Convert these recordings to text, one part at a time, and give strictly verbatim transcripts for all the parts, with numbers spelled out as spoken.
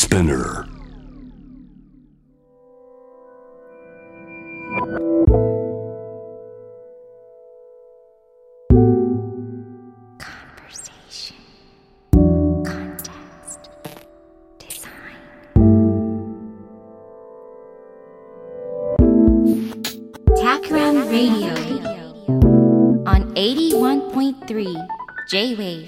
Spinner Takram Radio on eighty-one point three J-Wave。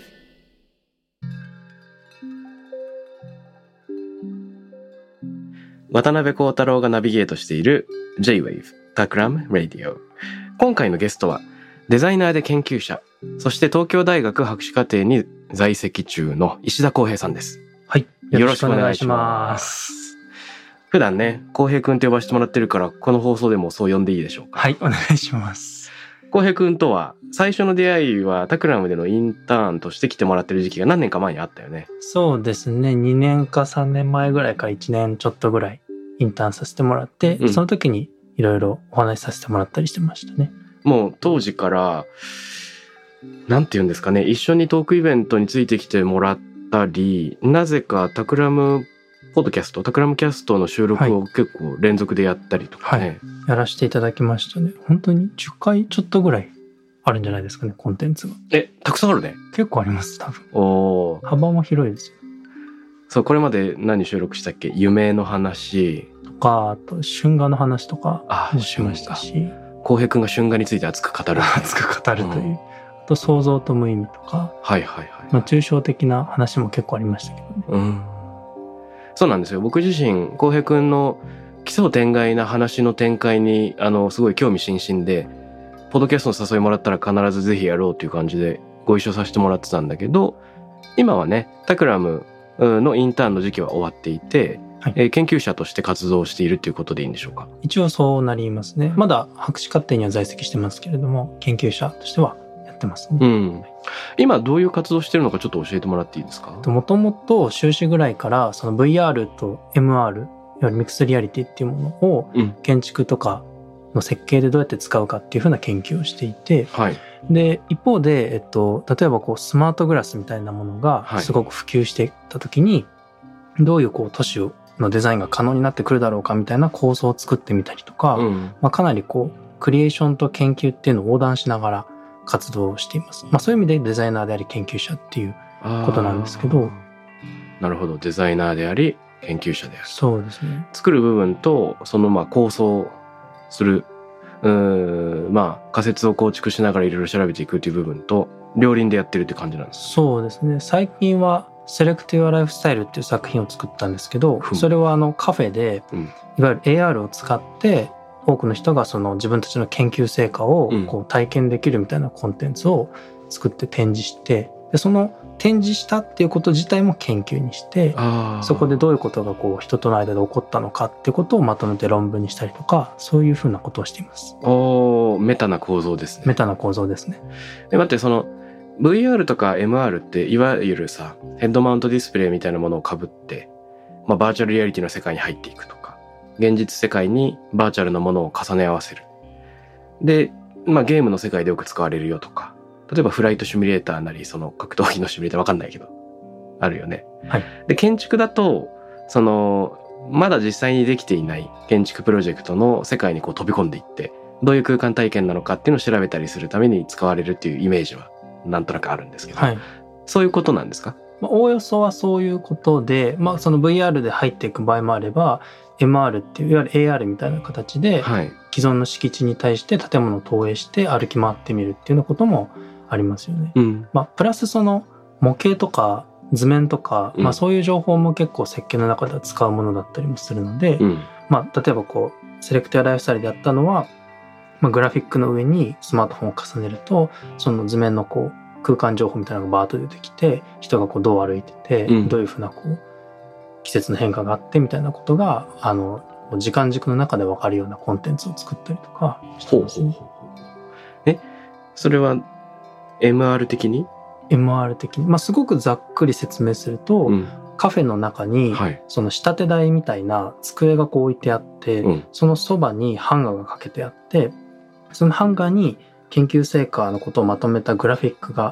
渡辺幸太郎がナビゲートしている J-Wave Takram Radio。今回のゲストはデザイナーで研究者、そして東京大学博士課程に在籍中の石田康平さんです。 はい、 よろしくお願いします。普段ね、康平くんと呼ばせてもらってるから、この放送でもそう呼んでいいでしょうか。 はい、お願いします。 康平くんとは最初の出会いはタクラムでのインターンとして来てもらってる時期が何年か前にあったよね。 そうですね、にねんかさんねんまえぐらいからいちねんちょっとぐらいインターンさせてもらって、うん、その時にいろいろお話しさせてもらったりしてましたね。 もう当時からなんて言うんですかね、一緒にトークイベントについてきてもらったり、なぜかタクラムポッドキャスト、タクラムキャストの収録を結構連続でやったりとかね、 はいはい、やらせていただきましたね。本当にじゅっかいちょっとぐらいあるんじゃないですかね、コンテンツが。 え、たくさんあるね。 結構あります多分。 おー、 幅も広いですよ。 そう、これまで何収録したっけ？夢の話とか、あと春画の話とかもしましたし、 康平くんが春画について熱く語る熱く語るという、うん、あと想像と無意味とか、 はいはいはい、 まあ、抽象的な話も結構ありましたけどね。 うん、そうなんですよ。僕自身康平くんの奇想天外な話の展開にあのすごい興味津々で、ポッドキャストの誘いもらったら必ずぜひやろうという感じでご一緒させてもらってたんだけど、今はねタクラムのインターンの時期は終わっていて、はい、えー、研究者として活動しているということでいいんでしょうか。 一応そうなりますね。まだ博士課程には在籍してますけれども、研究者としてはやってますね。 うん、今どういう活動してるのかちょっと教えてもらっていいですか。 もともと修士ぐらいからその ブイアール と エムアール、いわゆるミックスリアリティっていうものを建築とかの設計でどうやって使うかっていうふうな研究をしていて、 はい、 で一方で、えっと、例えばこうスマートグラスみたいなものがすごく普及していった時に、はい、どういうこう都市のデザインが可能になってくるだろうかみたいな構想を作ってみたりとか、うん、まあ、かなりこうクリエーションと研究っていうのを横断しながら活動をしています。まあ、そういう意味でデザイナーであり研究者っていうことなんですけど。 なるほど、デザイナーであり研究者である。 そうですね。 作る部分とそのまあ構想する、うーん、まあ仮説を構築しながらいろいろ調べていくっていう部分と両輪でやってるって感じなんですか。 そうですね。最近はセレクティブライフスタイルっていう作品を作ったんですけど、それはあのカフェで、うん、いわゆる エーアール を使って多くの人がその自分たちの研究成果をこう体験できるみたいなコンテンツを作って展示して、でその展示したっていうこと自体も研究にして、そこでどういうことがこう人との間で起こったのかっていうことをまとめて論文にしたりとか、そういうふうなことをしています。 おー、メタな構造ですね。 メタな構造ですね。 で待って、その ブイアール とか エムアール っていわゆるさ、ヘッドマウントディスプレイみたいなものを被って、まあ、バーチャルリアリティの世界に入っていくとか、現実世界にバーチャルなものを重ね合わせる。で、まあ、ゲームの世界でよく使われるよとか、例えばフライトシミュレーターなり、その格闘技のシミュレーターわかんないけど、あるよね。 はい。 で、建築だと、その、まだ実際にできていない建築プロジェクトの世界にこう飛び込んでいって、どういう空間体験なのかっていうのを調べたりするために使われるっていうイメージはなんとなくあるんですけど、はい、そういうことなんですか？ まあ、おおよそはそういうことで、まあ、その ブイアール で入っていく場合もあれば、エムアール っていういわゆる エーアール みたいな形で、はい、既存の敷地に対して建物を投影して歩き回ってみるっていうようなこともありますよね。うん、まあ、プラスその模型とか図面とか、うん、まあ、そういう情報も結構設計の中では使うものだったりもするので、うん、まあ、例えばこうセレクティブライフスタイルでやったのは、まあ、グラフィックの上にスマートフォンを重ねるとその図面のこう空間情報みたいなのがバーッと出てきて、人がこうどう歩いてて、うん、どういうふうなこう季節の変化があってみたいなことがあの時間軸の中で分かるようなコンテンツを作ったりとかしてますね。 ほうほうほう。え、それは エムアール 的に？ エムアール 的に、まあ、すごくざっくり説明すると、うん、カフェの中に、はい、その仕立て台みたいな机がこう置いてあって、うん、そのそばにハンガーがかけてあって、そのハンガーに研究成果のことをまとめたグラフィックが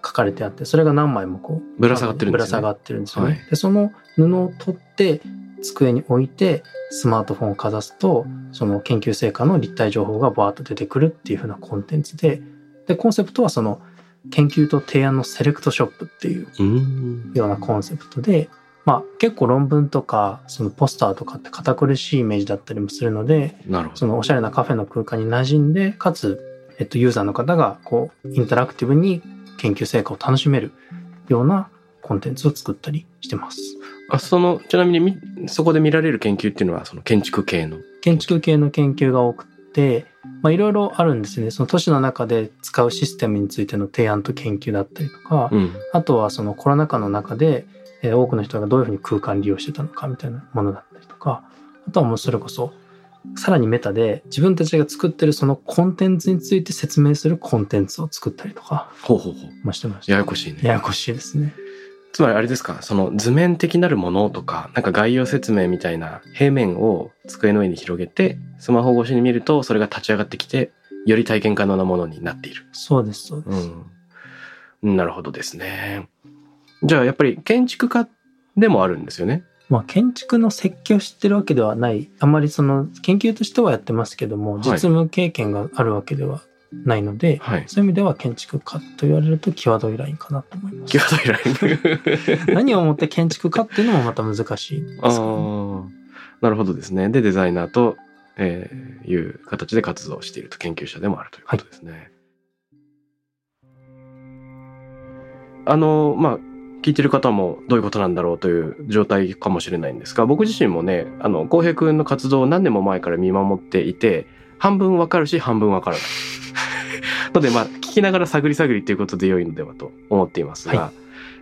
書かれてあって、それが何枚もこうぶら下がってるんですね。 ぶら下がってるんですよね。 はい、 でその布を取って机に置いてスマートフォンをかざすと、その研究成果の立体情報がバーッと出てくるっていう風なコンテンツで、でコンセプトはその研究と提案のセレクトショップっていうようなコンセプトで、まあ結構論文とかそのポスターとかって堅苦しいイメージだったりもするので、 なるほど。 そのおしゃれなカフェの空間に馴染んで、かつ、えっと、ユーザーの方がこうインタラクティブに研究成果を楽しめるようなコンテンツを作ったりしてます。 あ、そのちなみにそこで見られる研究っていうのはその建築系の建築系の研究が多くて、まあいろいろあるんですね。その都市の中で使うシステムについての提案と研究だったりとか、うん、あとはそのコロナ禍の中で、えー、多くの人がどういうふうに空間利用してたのかみたいなものだったりとか、あとはもうそれこそさらにメタで自分たちが作ってるそのコンテンツについて説明するコンテンツを作ったりとかほうほうほうもしてました。 ややこしいね。 ややこしいですね。 つまりあれですか、その図面的なるものとか、なんか概要説明みたいな平面を机の上に広げて、スマホ越しに見るとそれが立ち上がってきて、より体験可能なものになっている。 そうですそうです、 うん、なるほどですね。じゃあやっぱり建築家でもあるんですよね。 まあ建築の設計を知ってるわけではない、あまりその研究としてはやってますけども、実務経験があるわけではないので、はい、そういう意味では建築家と言われると際どいラインかなと思います。 際どいライン何をもって建築家っていうのもまた難しいんですかね。 あ、なるほどですね。でデザイナーと、えー、いう形で活動していると、研究者でもあるということですね。はい、あのまあ聞いてる方もどういうことなんだろうという状態かもしれないんですが、僕自身もね、あの浩平くんの活動を何年も前から見守っていて、半分わかるし半分わからないので、まあ聞きながら探り探りということで良いのではと思っていますが、はい、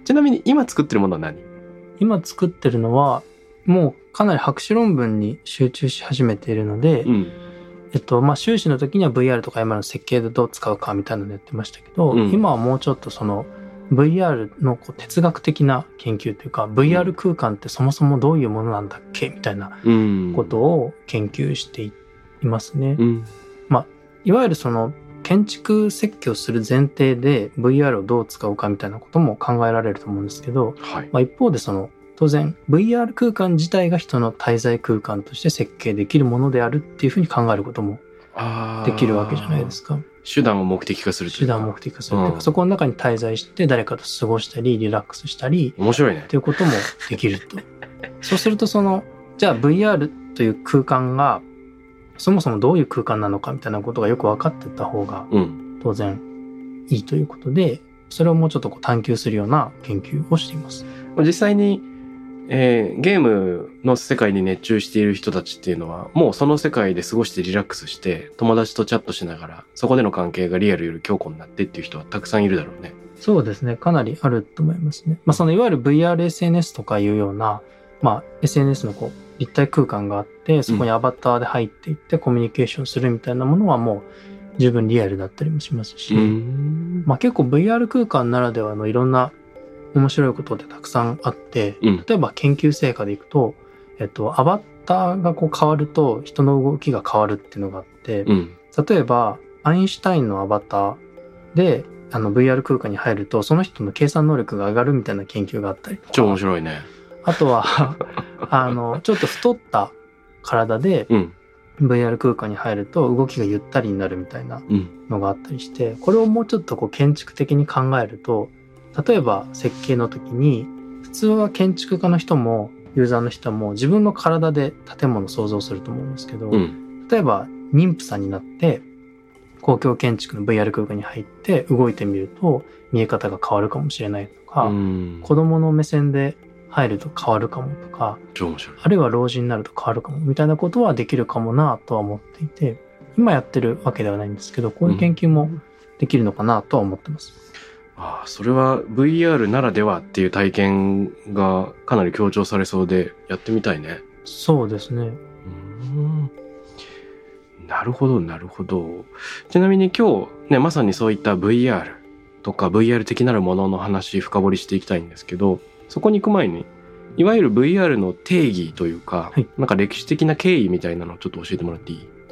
ちなみに今作ってるものは何？ 今作ってるのはもうかなり博士論文に集中し始めているので、うん、えっとまあ修士の時には ブイアール とか エムアール の設計でどう使うかみたいなのやってましたけど、うん、今はもうちょっとそのブイアール のこう哲学的な研究というか、 ブイアール 空間ってそもそもどういうものなんだっけみたいなことを研究していますね。うん、まあいわゆるその建築設計をする前提で ブイアール をどう使うかみたいなことも考えられると思うんですけど、はい、まあ、一方でその当然 ブイアール 空間自体が人の滞在空間として設計できるものであるっていうふうに考えることもできるわけじゃないですか。 手段を目的化するというか。 手段を目的化するというか、うん、そこの中に滞在して誰かと過ごしたりリラックスしたり、 面白いね。 ということもできると。そうするとそのじゃあ ブイアール という空間がそもそもどういう空間なのかみたいなことがよく分かってた方が当然いいということで、それをもうちょっとこう探求するような研究をしています。 実際にえー、ゲームの世界に熱中している人たちっていうのはもうその世界で過ごしてリラックスして友達とチャットしながらそこでの関係がリアルより強固になってっていう人はたくさんいるだろうね。 そうですね、かなりあると思いますね。まあそのいわゆる ブイアールエスエヌエス とかいうような、まあ エスエヌエス のこう立体空間があってそこにアバターで入っていってコミュニケーションするみたいなものはもう十分リアルだったりもしますし、まあ結構 ブイアール 空間ならではのいろんな面白いことってたくさんあって、うん、例えば研究成果でいくと、えっと、アバターがこう変わると人の動きが変わるっていうのがあって、うん、例えばアインシュタインのアバターであの ブイアール 空間に入るとその人の計算能力が上がるみたいな研究があったりとか、 超面白いね。 あとはあのちょっと太った体で、うん、ブイアール 空間に入ると動きがゆったりになるみたいなのがあったりして、これをもうちょっとこう建築的に考えると、例えば設計の時に普通は建築家の人もユーザーの人も自分の体で建物を想像すると思うんですけど、うん、例えば妊婦さんになって公共建築の ブイアール 空間に入って動いてみると見え方が変わるかもしれないとか、うん、子供の目線で入ると変わるかもとか、あるいは老人になると変わるかもみたいなことはできるかもなとは思っていて、今やってるわけではないんですけど、こういう研究もできるのかなとは思ってます。 うん、ああ、それは ブイアール ならではっていう体験がかなり強調されそうでやってみたいね。 そうですね。うーん、なるほどなるほど。ちなみに今日ね、まさにそういった ブイアール とか ブイアール 的なるものの話深掘りしていきたいんですけど、そこに行く前にいわゆる ブイアール の定義というか、はい、なんか歴史的な経緯みたいなのをちょっと教えてもらっていい？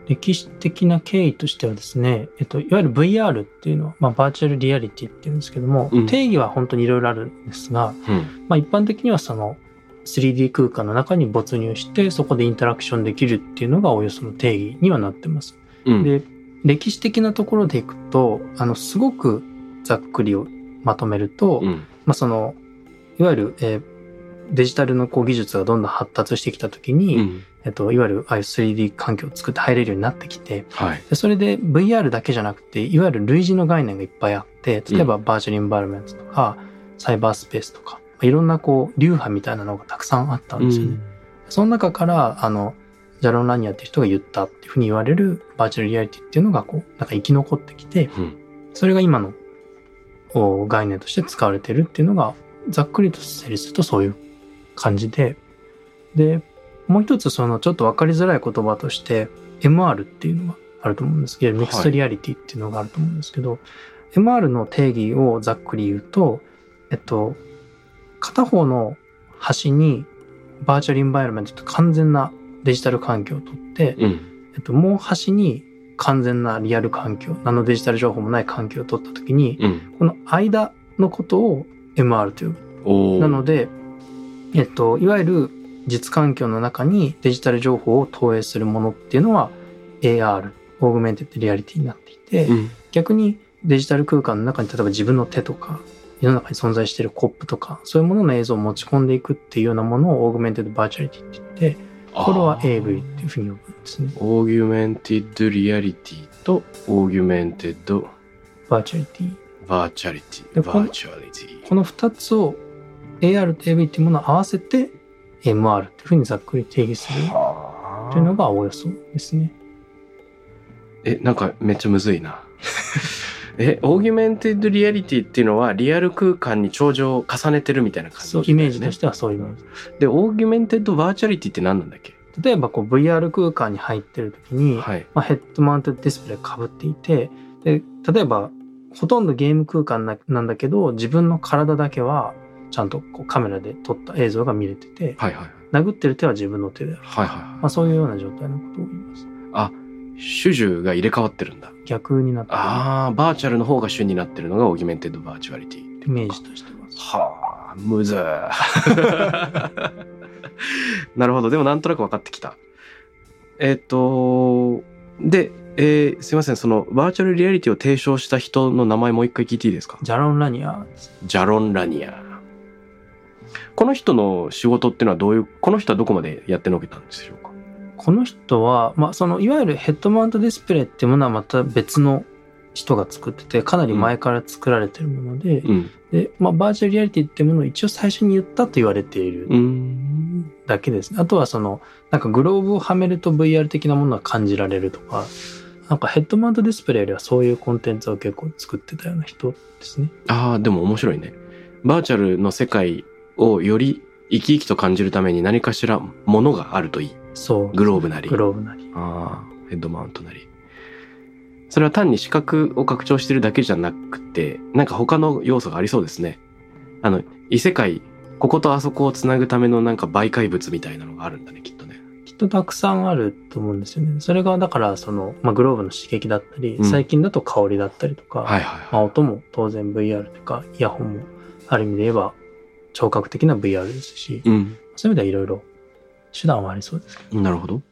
歴史的な経緯としてはですね、えっと、いわゆる ブイアール っていうのは、まあ、バーチャルリアリティっていうんですけども、うん、定義は本当にいろいろあるんですが、うん、まあ、一般的にはその スリーディー 空間の中に没入してそこでインタラクションできるっていうのがおよその定義にはなってます。うん、で、歴史的なところでいくと、あのすごくざっくりをまとめると、うん、まあ、そのいわゆる、えー、デジタルのこう技術がどんどん発達してきたときに、うん、えっと、いわゆるああいう スリーディー 環境を作って入れるようになってきて、はい、でそれで ブイアール だけじゃなくて、いわゆる類似の概念がいっぱいあって、例えばバーチャルインバイロメントとか、うん、サイバースペースとか、いろんなこう流派みたいなのがたくさんあったんですよね。うん、その中からあのジャロン・ラニアっていう人が言ったっていうふうに言われるバーチャルリアリティっていうのがこうなんか生き残ってきて、うん、それが今の概念として使われてるっていうのがざっくりと整理するとそういう感じで、でもう一つそのちょっと分かりづらい言葉として エムアール っていうのがあると思うんですけど、ミクストリアリティっていうのがあると思うんですけど、はい、エムアール の定義をざっくり言うと、えっと片方の端にバーチャルインバイロメントと完全なデジタル環境をとって、うん、えっと、もう端に完全なリアル環境、何のデジタル情報もない環境を取ったときに、うん、この間のことを エムアール と呼ぶ。なので、えっと、いわゆる実環境の中にデジタル情報を投影するものっていうのは エーアール、オーグメンテッドリアリティになっていて、うん、逆にデジタル空間の中に例えば自分の手とか、世の中に存在しているコップとか、そういうものの映像を持ち込んでいくっていうようなものをオーグメンテッドバーチャリティって言って、これは エーブイ っていうふうに呼ぶんですね。 オーギュメンテッドリアリティとオーギュメンテッドバーチャリティ。 バーチャリティ。バーチャリティ。 このふたつを エーアール と エーブイ っていうものを合わせて エムアール っていうふうにざっくり定義するというのがおおよそですね。 え、なんかめっちゃむずいな。え、オーギュメンテッドリアリティっていうのはリアル空間に頂上を重ねてるみたいな感じ、ね、 そう、イメージとしてはそういうイメージ。 で、オーギュメンテッドバーチャリティって何なんだっけ？ 例えばこう ブイアール 空間に入ってる時に、はい、まあ、ヘッドマウントディスプレイ被っていて、で例えばほとんどゲーム空間ななんだけど、自分の体だけはちゃんとこうカメラで撮った映像が見れてて、はいはい、殴ってる手は自分の手である、はいはいはい、まあ、そういうような状態のことを言います。 あ、主従が入れ替わってるんだ。 逆になってる。 ああ、バーチャルの方が主になってるのがオーギュメンテッドバーチュアリティ。 イメージとしては。 はあ、むずー。なるほど。でもなんとなく分かってきた。えっと、で、えー、すいません。そのバーチャルリアリティを提唱した人の名前もう一回聞いていいですか？ ジャロン・ラニア。 ジャロン・ラニア。この人の仕事っていうのはどういう、この人はどこまでやってのけたんでしょうか？ この人は、まあ、そのいわゆるヘッドマウントディスプレイっていうものはまた別の人が作ってて、かなり前から作られてるもので、うん、で、まあ、バーチャルリアリティっていうものを一応最初に言ったと言われているだけですね。あとはそのなんかグローブをはめると ブイアール 的なものが感じられるとか、なんかヘッドマウントディスプレイよりはそういうコンテンツを結構作ってたような人ですね。 ああ、でも面白いね。バーチャルの世界をより生き生きと感じるために何かしらものがあるといい。そう。グローブなり。 グローブなり。 ああ、ヘッドマウントなり。それは単に視覚を拡張してるだけじゃなくて、なんか他の要素がありそうですね。あの、異世界、こことあそこをつなぐためのなんか媒介物みたいなのがあるんだね、きっとね。 きっとたくさんあると思うんですよね。それがだからその、まあ、グローブの刺激だったり、うん、最近だと香りだったりとか、はいはいはい、まあ、音も当然 ブイアール とかイヤホンもある意味で言えば聴覚的な ブイアール ですし、うん、そういう意味ではいろいろ手段はありそうですけど。 なるほど。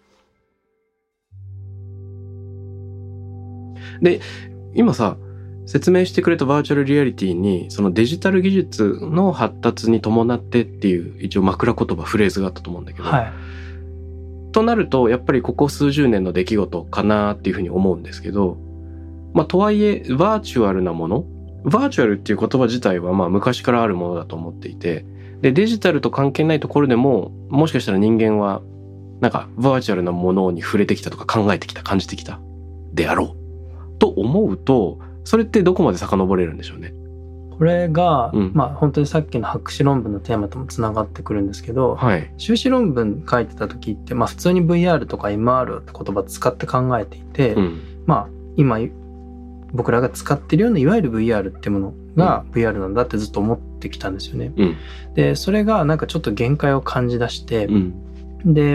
で、今さ、説明してくれたバーチャルリアリティに、そのデジタル技術の発達に伴ってっていう一応枕言葉、フレーズがあったと思うんだけど、はい、となるとやっぱりここ数十年の出来事かなっていうふうに思うんですけど、まあとはいえバーチュアルなもの、バーチュアルっていう言葉自体はまあ昔からあるものだと思っていて、でデジタルと関係ないところでももしかしたら人間はなんかバーチャルなものに触れてきたとか考えてきた、感じてきたであろうと思うと、それってどこまで遡れるんでしょうね。 これが、うん、まあ本当にさっきの博士論文のテーマともつながってくるんですけど、はい、修士論文書いてた時って、まあ、普通に ブイアール とか エムアール って言葉使って考えていて、うん、まあ今僕らが使ってるようないわゆる ブイアール ってものが ブイアール なんだってずっと思ってきたんですよね。うん、でそれがなんかちょっと限界を感じ出して、うん、で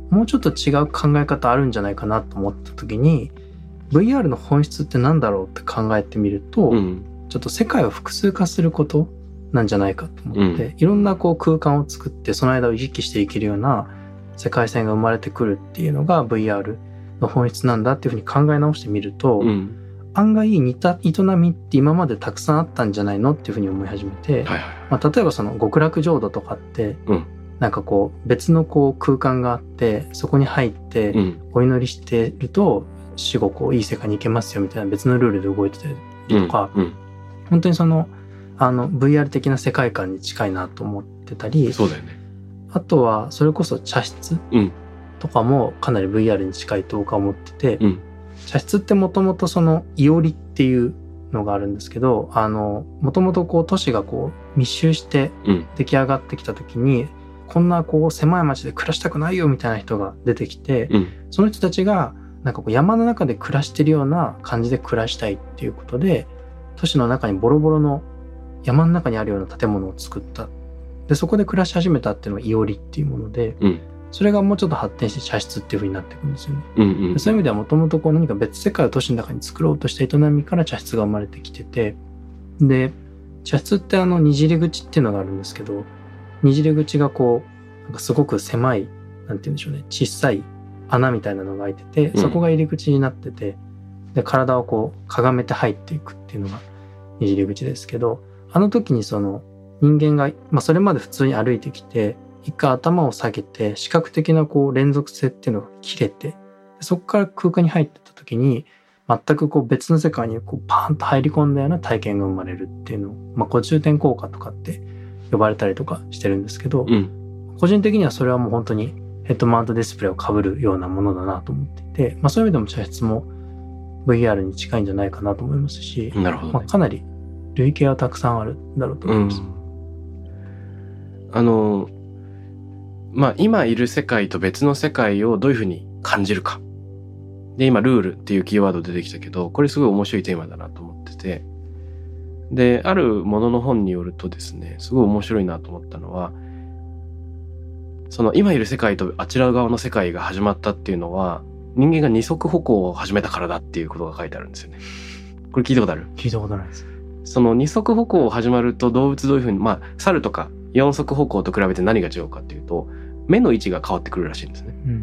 もうちょっと違う考え方あるんじゃないかなと思った時に ブイアール の本質って何だろうって考えてみると、うん、ちょっと世界を複数化することなんじゃないかと思って、うん、いろんなこう空間を作ってその間を行き来していけるような世界線が生まれてくるっていうのが ブイアール の本質なんだっていうふうに考え直してみると、うん、案外似た営みって今までたくさんあったんじゃないのっていうふうに思い始めて、はいはい、まあ、例えばその極楽浄土とかって、うん、なんかこう別のこう空間があってそこに入ってお祈りしてると死後こういい世界に行けますよみたいな別のルールで動いてたりとか、うんうん、本当にそのあの ブイアール 的な世界観に近いなと思ってたり、 そうだよね。 あとはそれこそ茶室とかもかなり ブイアール に近いと僕は思ってて、うん、茶室ってもともとそのいおりっていうのがあるんですけど、あのもともとこう都市がこう密集して出来上がってきた時に、うん、こんなこう狭い町で暮らしたくないよみたいな人が出てきて、うん、その人たちがなんかこう山の中で暮らしてるような感じで暮らしたいっていうことで都市の中にボロボロの山の中にあるような建物を作った。でそこで暮らし始めたっていうのがいおりっていうもので、うん、それがもうちょっと発展して茶室っていう風になっていくんですよね、うんうん、そういう意味ではもともとこう何か別世界を都市の中に作ろうとした営みから茶室が生まれてきてて、で茶室ってあのにじり口っていうのがあるんですけど、にじり口がこうなんかすごく狭いなんて言うんでしょうね、小さい穴みたいなのが開いてて、そこが入り口になってて、で体をこうかがめて入っていくっていうのがにじり口ですけど、あの時にその人間が、まあ、それまで普通に歩いてきて一回頭を下げて視覚的なこう連続性っていうのが切れて、そこから空間に入ってった時に全くこう別の世界にこうパーンと入り込んだような体験が生まれるっていうのを、まあ、ご充填効果とかって呼ばれたりとかしてるんですけど、うん、個人的にはそれはもう本当にヘッドマウントディスプレイを被るようなものだなと思っていて、まあ、そういう意味でも茶室も ブイアール に近いんじゃないかなと思いますし、 なるほどね。 まあ、かなり類型はたくさんあるんだろうと思います、うん、 あのまあ今いる世界と別の世界をどういうふうに感じるかで、今ルールっていうキーワード出てきたけど、これすごい面白いテーマだなと思ってて、であるものの本によるとですね、すごい面白いなと思ったのは、その今いる世界とあちら側の世界が始まったっていうのは人間が二足歩行を始めたからだっていうことが書いてあるんですよね。これ聞いたことある？ 聞いたことないです。 その二足歩行を始まると動物どういうふうに、まあ猿とか四足歩行と比べて何が違うかっていうと、目の位置が変わってくるらしいんですね、うん、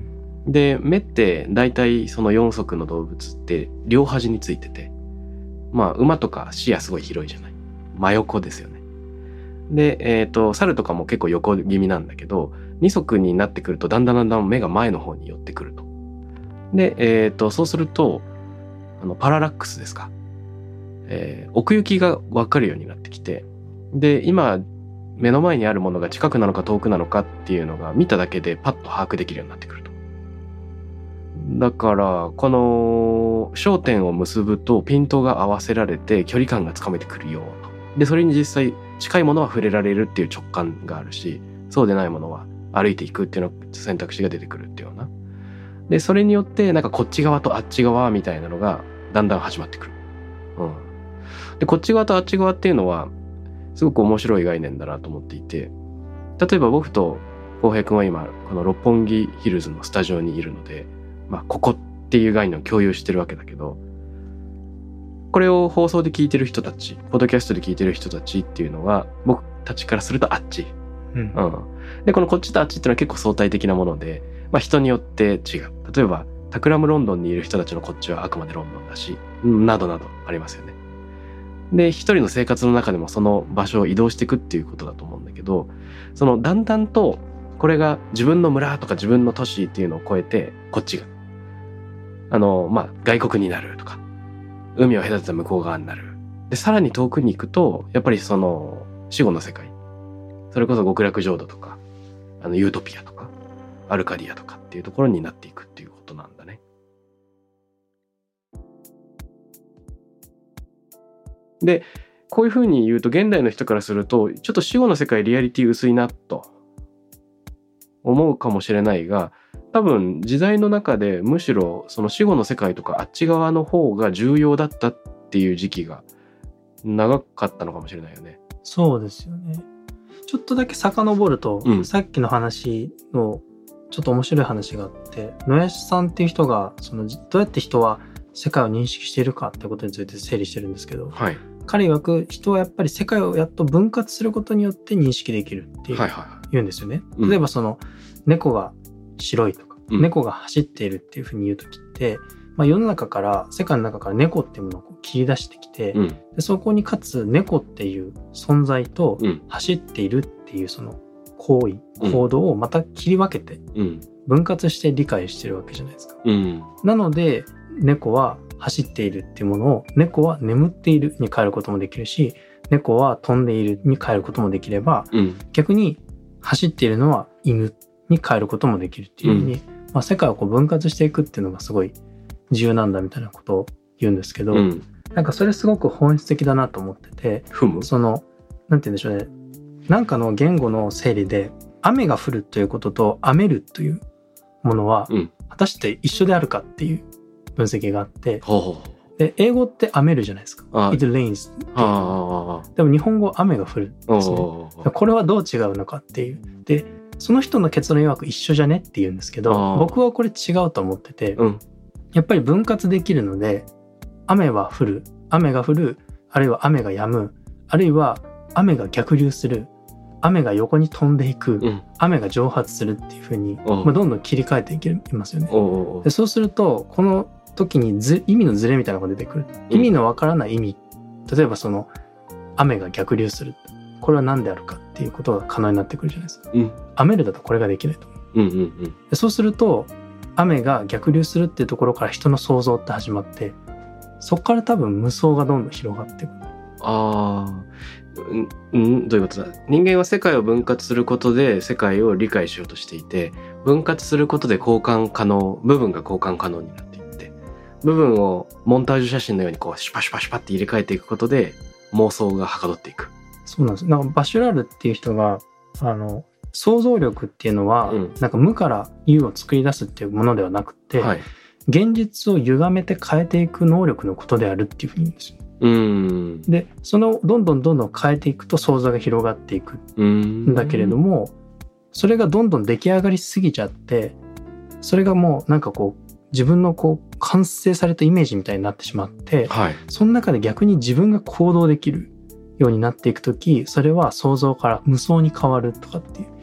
で目って大体その四足の動物って両端についてて、まあ馬とか視野すごい広いじゃない、真横ですよね。でえっと猿とかも結構横気味なんだけど、二足になってくるとだんだんだんだん目が前の方に寄ってくると。でえっとそうするとあのパララックスですか、えー、奥行きが分かるようになってきて、で今目の前にあるものが近くなのか遠くなのかっていうのが見ただけでパッと把握できるようになってくると。だからこの焦点を結ぶとピントが合わせられて距離感がつかめてくるよと。でそれに実際近いものは触れられるっていう直感があるし、そうでないものは歩いていくっていうの選択肢が出てくるっていうような。でそれによってなんかこっち側とあっち側みたいなのがだんだん始まってくる。うん、でこっち側とあっち側っていうのはすごく面白い概念だなと思っていて、例えば僕と浩平君は今この六本木ヒルズのスタジオにいるので、まあここっていう概念を共有してるわけだけど、これを放送で聞いてる人たち、ポッドキャストで聞いてる人たちっていうのは僕たちからするとあっち、うんうん、でこのこっちとあっちっていうのは結構相対的なもので、まあ、人によって違う。例えばタクラムロンドンにいる人たちのこっちはあくまでロンドンだし、などなどありますよね。で一人の生活の中でもその場所を移動していくっていうことだと思うんだけど、そのだんだんとこれが自分の村とか自分の都市っていうのを超えてこっちがあのまあ外国になるとか、海を隔てた向こう側になる。でさらに遠くに行くとやっぱりその死後の世界、それこそ極楽浄土とかあのユートピアとかアルカディアとかっていうところになっていくっていうことなんだね。でこういうふうに言うと現代の人からするとちょっと死後の世界リアリティ薄いなと思うかもしれないが、多分時代の中でむしろその死後の世界とかあっち側の方が重要だったっていう時期が長かったのかもしれないよね。 そうですよね。ちょっとだけ遡ると、うん、さっきの話のちょっと面白い話があって、野谷さんっていう人がそのどうやって人は世界を認識しているかってことについて整理してるんですけど、 はい、 彼曰く人はやっぱり世界をやっと分割することによって認識できるっていう、はいはい、言うんですよね。例えばその猫が白いとか、うん、猫が走っているっていうふうに言うときって、まあ、世の中から世界の中から猫っていうものをこう切り出してきて、うん、でそこにかつ猫っていう存在と走っているっていうその行為、うん、行動をまた切り分けて分割して理解してるわけじゃないですか、うん、なので猫は走っているっていうものを猫は眠っているに変えることもできるし、猫は飛んでいるに変えることもできれば、うん、逆に走っているのは犬に変えることもできるっていうふうに、うんまあ、世界をこう分割していくっていうのがすごい重要なんだみたいなことを言うんですけど、うん、なんかそれすごく本質的だなと思ってて、そのなんて言うんでしょうね、なんかの言語の整理で雨が降るということと雨るというものは果たして一緒であるかっていう分析があって、うん、で英語って雨るじゃないですか。 It rains でも日本語は雨が降るんですね。これはどう違うのかっていうで、その人の結論曰く一緒じゃねって言うんですけど、僕はこれ違うと思ってて、うん、やっぱり分割できるので、雨は降る、雨が降る、あるいは雨が止む、あるいは雨が逆流する、雨が横に飛んでいく、うん、雨が蒸発するっていう風に、まあ、どんどん切り替えていけますよね。でそうするとこの時にず意味のズレみたいなのが出てくる。意味のわからない意味、例えばその雨が逆流する、これは何であるかっていうことが可能になってくるじゃないですか、うん、雨るだとこれができないと思う、うんうんうん、でそうすると雨が逆流するっていうところから人の想像って始まって、そこから多分無双がどんどん広がっていく。 ああ、うん、どういうことだ。人間は世界を分割することで世界を理解しようとしていて、分割することで交換可能、部分が交換可能になっていって、部分をモンタージュ写真のようにこうシュパシュパシュパって入れ替えていくことで妄想がはかどっていく。 そうなんです。なんかバシュラールっていう人があの想像力っていうのは、うん、なんか無から有を作り出すっていうものではなくて、はい、現実を歪めて変えていく能力のことであるっていうふうに言うんですよ。うんでそのどんどんどんどん変えていくと想像が広がっていくんだけれども、それがどんどん出来上がりすぎちゃって、それがもうなんかこう自分のこう完成されたイメージみたいになってしまって、はい、その中で逆に自分が行動できるようになっていくとき、それは想像から無双に変わるとかっていう、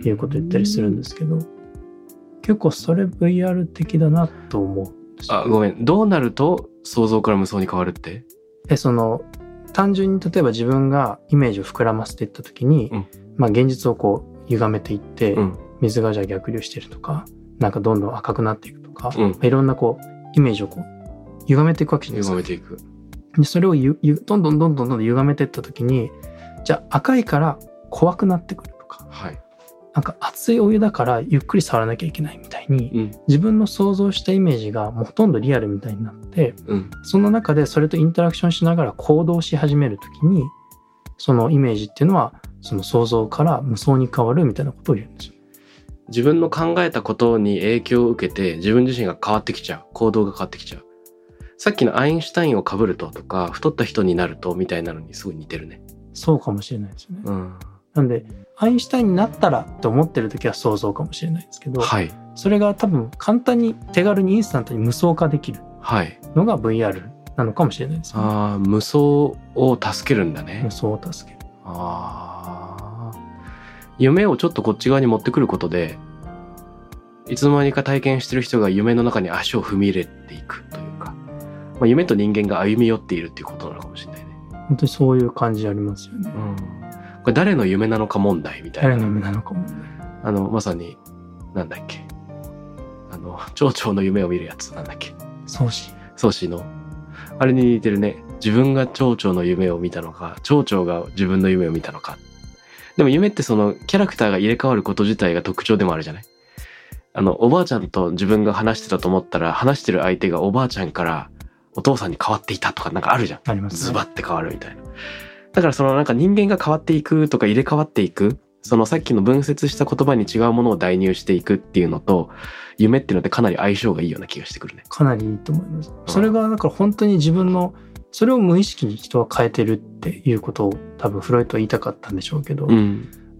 いうことを言ったりするんですけど、結構それ ブイアール 的だなと思う。 あ、ごめん、どうなると想像から無双に変わるって？ えその単純に例えば自分がイメージを膨らませていったときに、うん、まあ現実をこう歪めていって、うん、水がじゃあ逆流してるとか、なんかどんどん赤くなっていくとか、うんまあ、いろんなこうイメージをこう歪めていくわけじゃないですか。 歪めていく。 でそれをゆゆどんどんどんどんどん歪めていったときに、じゃあ赤いから怖くなってくるとか、はい、なんか熱いお湯だからゆっくり触らなきゃいけないみたいに、うん、自分の想像したイメージがもうほとんどリアルみたいになって、うん、その中でそれとインタラクションしながら行動し始めるときに、そのイメージっていうのはその想像から無双に変わるみたいなことを言うんですよ。 自分の考えたことに影響を受けて自分自身が変わってきちゃう、行動が変わってきちゃう。さっきのアインシュタインを被るととか太った人になるとみたいなのにすごい似てるね。 そうかもしれないですよね、うん、なんでアインシュタインになったらと思ってる時は想像かもしれないですけど、はい、それが多分簡単に手軽にインスタントに無双化できるのが ブイアール なのかもしれないですね、はい、 あ無双を助けるんだね。 無双を助ける。 あ夢をちょっとこっち側に持ってくることで、いつの間にか体験してる人が夢の中に足を踏み入れていくというか、まあ、夢と人間が歩み寄っているっていうことなのかもしれないね。 本当にそういう感じありますよね、うん、 これ誰の夢なのか問題みたいな。 誰の夢なのか問題。 あのまさになんだっけ、あの蝶々の夢を見るやつなんだっけ、 宗師宗師のあれに似てるね。自分が蝶々の夢を見たのか、蝶々が自分の夢を見たのか。でも夢ってそのキャラクターが入れ替わること自体が特徴でもあるじゃない。あのおばあちゃんと自分が話してたと思ったら、話してる相手がおばあちゃんからお父さんに変わっていたとかなんかあるじゃん。 ありますね。 ズバって変わるみたいな。だからそのなんか人間が変わっていくとか入れ替わっていく、そのさっきの分節した言葉に違うものを代入していくっていうのと夢っていうのってかなり相性がいいような気がしてくるね。 かなりいいと思います。それがだから本当に自分のそれを無意識に人は変えてるっていうことを多分フロイトは言いたかったんでしょうけど、うん、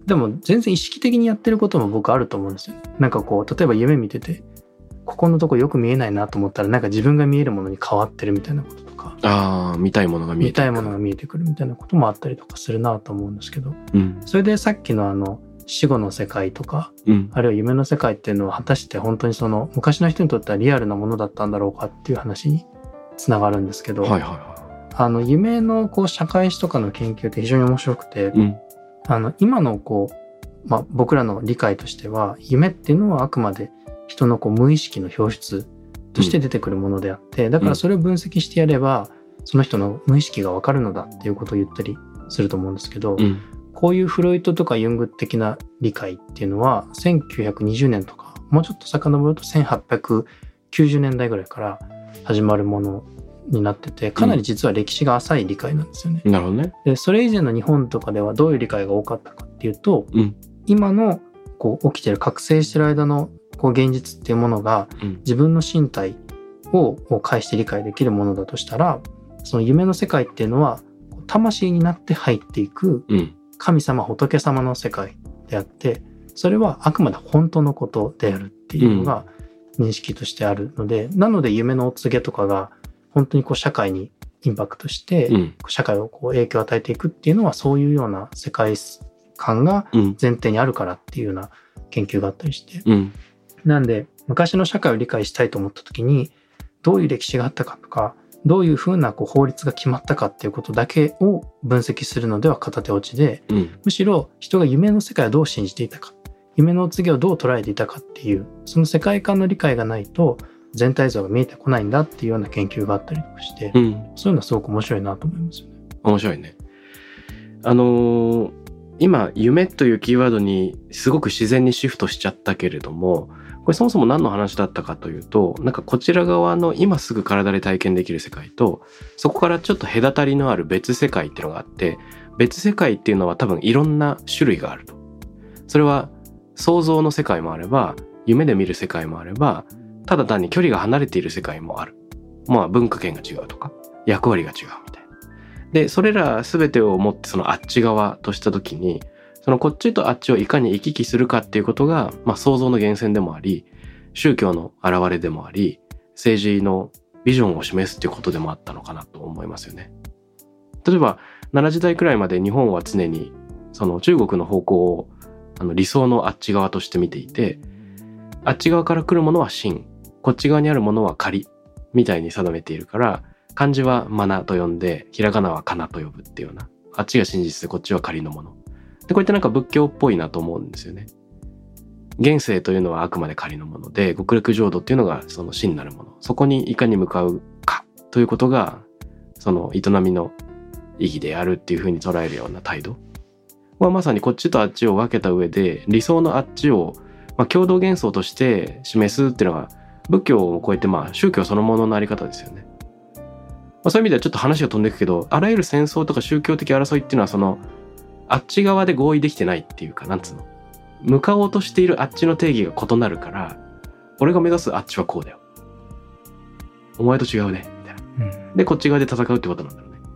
でも全然意識的にやってることも僕あると思うんですよ。なんかこう例えば夢見ててここのとこよく見えないなと思ったらなんか自分が見えるものに変わってるみたいなこととか、 ああ見たいものが見えてくる、 見たいものが見えてくるみたいなこともあったりとかするなと思うんですけど、 うん、 それでさっきのあの死後の世界とか、うん、あるいは夢の世界っていうのは果たして本当にその昔の人にとってはリアルなものだったんだろうかっていう話につながるんですけど、はいはいはい、あの夢のこう社会史とかの研究って非常に面白くて、うん、あの今のこう、まあ、僕らの理解としては夢っていうのはあくまで人のこう無意識の表出として出てくるものであって、うん、だからそれを分析してやれば、うん、その人の無意識が分かるのだっていうことを言ったりすると思うんですけど、うん、こういうフロイトとかユング的な理解っていうのはせんきゅうひゃくにじゅうねんとかもうちょっと遡るとせんはっぴゃくきゅうじゅうねんだいぐらいから始まるものになってて、かなり実は歴史が浅い理解なんですよね。 うん、なるほどね。 でそれ以前の日本とかではどういう理解が多かったかっていうと、うん、今のこう起きてる覚醒してる間のこう現実っていうものが自分の身体を介して理解できるものだとしたら、その夢の世界っていうのは魂になって入っていく神様仏様の世界であって、それはあくまで本当のことであるっていうのが認識としてあるので、なので夢のお告げとかが本当にこう社会にインパクトして社会をこう影響を与えていくっていうのはそういうような世界観が前提にあるからっていうような研究があったりして、うん、なんで昔の社会を理解したいと思った時にどういう歴史があったかとかどういうふうなこう法律が決まったかっていうことだけを分析するのでは片手落ちで、うん、むしろ人が夢の世界をどう信じていたか、夢のお告げをどう捉えていたかっていうその世界観の理解がないと全体像が見えてこないんだっていうような研究があったりとかして、うん、そういうのはすごく面白いなと思いますよね。 面白いね。あのー、今夢というキーワードにすごく自然にシフトしちゃったけれども、これそもそも何の話だったかというと、なんかこちら側の今すぐ体で体験できる世界とそこからちょっと隔たりのある別世界っていうのがあって、別世界っていうのは多分いろんな種類があると。それは想像の世界もあれば夢で見る世界もあればただ単に距離が離れている世界もある。まあ文化圏が違うとか役割が違うみたいな。でそれら全てをもってそのあっち側とした時にそのこっちとあっちをいかに行き来するかっていうことが、まあ、想像の源泉でもあり宗教の現れでもあり政治のビジョンを示すっていうことでもあったのかなと思いますよね。例えば奈良時代くらいまで日本は常にその中国の方向をあの理想のあっち側として見ていて、あっち側から来るものは真、こっち側にあるものは仮みたいに定めているから、漢字はマナと呼んでひらがなはカナと呼ぶっていうような、あっちが真実でこっちは仮のもので、こういったなんか仏教っぽいなと思うんですよね。現世というのはあくまで仮のもので、極楽浄土っていうのがその真なるもの、そこにいかに向かうかということがその営みの意義であるっていうふうに捉えるような態度はまさにこっちとあっちを分けた上で理想のあっちをまあ共同幻想として示すっていうのが仏教を超えてまあ宗教そのもののあり方ですよね。まあ、そういう意味ではちょっと話が飛んでいくけど、あらゆる戦争とか宗教的争いっていうのはそのあっち側で合意できてないっていうか、なんつうの、向かおうとしているあっちの定義が異なるから、俺が目指すあっちはこうだよ、お前と違うねみたいな、うん、でこっち側で戦うってことなんだろうね。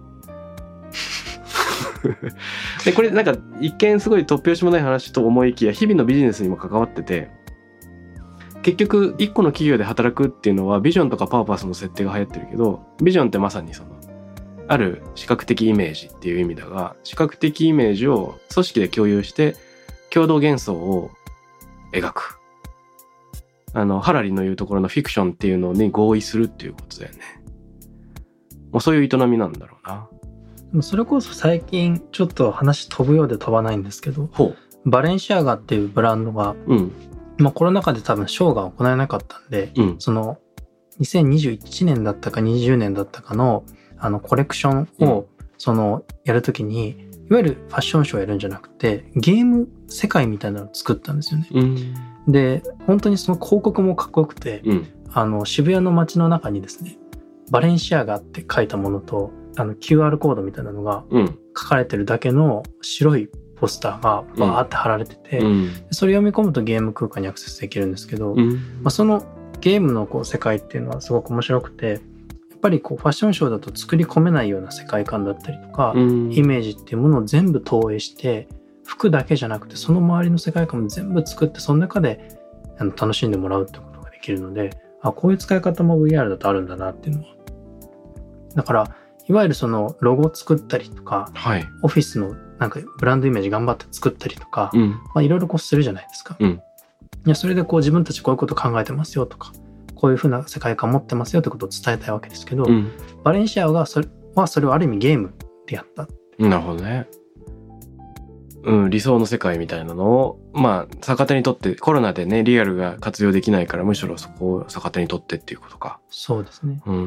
でこれなんか一見すごい突拍子もない話と思いきや日々のビジネスにも関わってて、結局一個の企業で働くっていうのはビジョンとかパーパスの設定が流行ってるけど、ビジョンってまさにそのある視覚的イメージっていう意味だが、視覚的イメージを組織で共有して共同幻想を描く、あのハラリの言うところのフィクションっていうのに合意するっていうことだよね。もうそういう営みなんだろうな。 でもそれこそ最近ちょっと話飛ぶようで飛ばないんですけど、バレンシアガっていうブランドが、うんまあ、コロナ禍で多分ショーが行えなかったんで、うん、そのにせんにじゅういちねんだったかにじゅうねんだったかのあのコレクションをそのやるときに、いわゆるファッションショーをやるんじゃなくてゲーム世界みたいなのを作ったんですよね、うん、で本当にその広告もかっこよくて、うん、あの渋谷の街の中にですねバレンシアガって書いたものとあの キューアール コードみたいなのが書かれてるだけの白いポスターがバーって貼られてて、うん、それ読み込むとゲーム空間にアクセスできるんですけど、うんまあ、そのゲームのこう世界っていうのはすごく面白くて、やっぱりこうファッションショーだと作り込めないような世界観だったりとか、うん、イメージっていうものを全部投影して服だけじゃなくてその周りの世界観も全部作ってその中であの楽しんでもらうってことができるので、あ、こういう使い方も ブイアール だとあるんだなっていうのは。だからいわゆるそのロゴ作ったりとか、 はい、 オフィスのなんかブランドイメージ頑張って作ったりとか、 うん、 まあいろいろこうするじゃないですか、 うん、 いやそれでこう自分たちこういうこと考えてますよとか、こういうふうな世界観持ってますよってことを伝えたいわけですけど、うん、バレンシアガがそれはそれをある意味ゲームでやった。 なるほどね。うん、理想の世界みたいなのをまあ逆手にとって、コロナでねリアルが活用できないからむしろそこを逆手にとってっていうことか。 そうですね。 うん。